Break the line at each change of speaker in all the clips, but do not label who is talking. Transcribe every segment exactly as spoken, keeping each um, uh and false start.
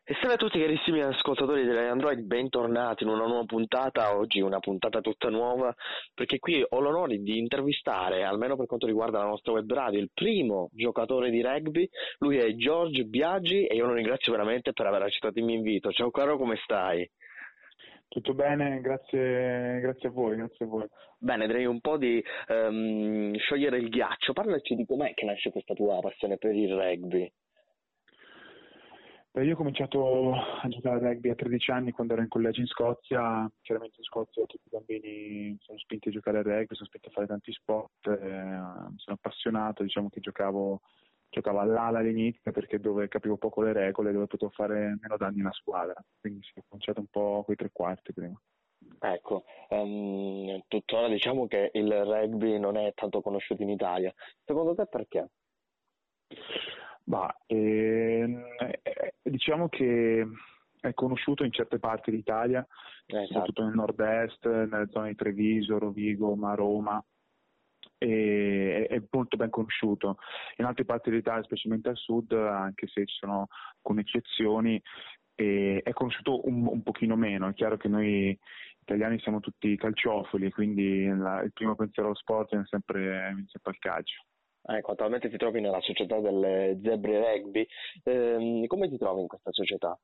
E salve a tutti carissimi ascoltatori delle Android, bentornati in una nuova puntata, oggi una puntata tutta nuova, perché qui ho l'onore di intervistare, almeno per quanto riguarda la nostra web radio, il primo giocatore di rugby. Lui è George Biagi e io lo ringrazio veramente per aver accettato il mio invito. Ciao caro, come stai?
Tutto bene, grazie, grazie a voi, grazie a voi.
Bene, direi un po' di ehm, sciogliere il ghiaccio. Parlaci di com'è che nasce questa tua passione per il rugby.
Beh, io ho cominciato a giocare a rugby a tredici anni quando ero in collegio in Scozia. Chiaramente in Scozia tutti i bambini sono spinti a giocare a rugby, sono spinti a fare tanti sport. Eh, mi sono appassionato, diciamo che giocavo, giocavo all'ala all'inizio perché dove capivo poco le regole, dove potevo fare meno danni alla squadra. Quindi sì, ho cominciato un po' coi tre quarti prima.
Ecco, ehm, tuttora diciamo che il rugby non è tanto conosciuto in Italia. Secondo te perché?
Ma ehm, eh, diciamo che è conosciuto in certe parti d'Italia, soprattutto
Esatto.
nel nord-est, nelle zone di Treviso, Rovigo, ma Roma, e è molto ben conosciuto. In altre parti d'Italia, specialmente al sud, anche se ci sono alcune eccezioni, e è conosciuto un, un pochino meno. È chiaro che noi italiani siamo tutti calciofili, quindi la- il primo pensiero allo sport viene sempre, viene sempre al calcio.
Ecco, attualmente ti trovi nella società delle Zebre Rugby. Ehm, come ti trovi in questa società?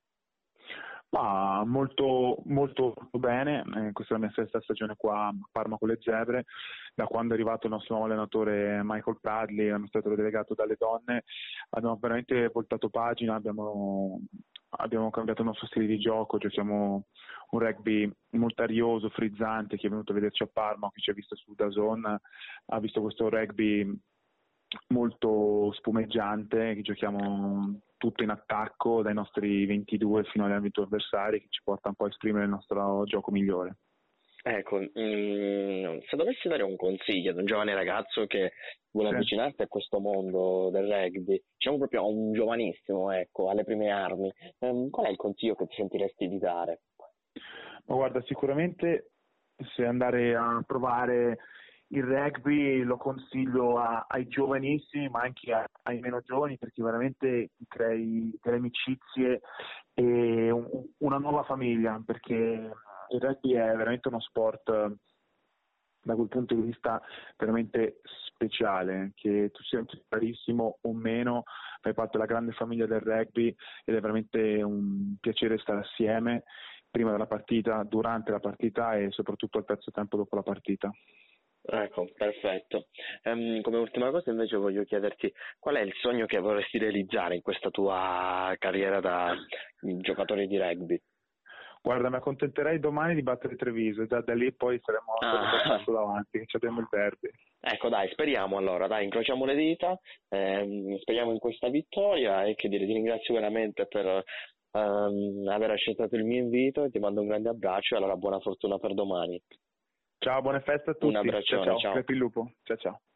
Ma molto, molto bene, eh, questa è la mia sesta stagione qua a Parma con le Zebre. Da quando è arrivato il nostro nuovo allenatore Michael Bradley, amministratore delegato dalle donne, abbiamo veramente voltato pagina, abbiamo, abbiamo cambiato il nostro stile di gioco, giochiamo un rugby molto arioso, frizzante. Chi è venuto a vederci a Parma, chi ci ha visto su DAZN, ha visto questo rugby molto spumeggiante, che giochiamo tutto in attacco dai nostri ventidue fino agli arbitri avversari, che ci porta un po' a esprimere il nostro gioco migliore.
Ecco, mm, se dovessi dare un consiglio ad un giovane ragazzo che vuole
Sì.
avvicinarsi a questo mondo del rugby, diciamo proprio a un giovanissimo, ecco, alle prime armi, ehm, qual è il consiglio che ti sentiresti di dare?
Ma guarda, sicuramente se andare a provare il rugby lo consiglio a- ai giovanissimi, ma anche a- ai meno giovani, perché veramente crei delle amicizie e un- una nuova famiglia, perché il rugby è veramente uno sport, eh, da quel punto di vista veramente speciale, che tu sia un titolissimo o meno, fai parte della grande famiglia del rugby ed è veramente un piacere stare assieme prima della partita, durante la partita e soprattutto al terzo tempo dopo la partita.
Ecco, perfetto. Ehm, come ultima cosa invece voglio chiederti qual è il sogno che vorresti realizzare in questa tua carriera da giocatore di rugby?
Guarda, mi accontenterei domani di battere Treviso e già da lì poi saremo ancora un bel
Ah,
passo davanti, ci abbiamo il derby.
ecco dai, speriamo allora, dai, incrociamo le dita, ehm, speriamo in questa vittoria e che dire, ti ringrazio veramente per ehm, aver accettato il mio invito e ti mando un grande abbraccio e allora buona fortuna per domani.
Ciao, buone feste a
Un
tutti. Ciao
abbraccione,
ciao,
ciao.
crepi il lupo. Ciao ciao.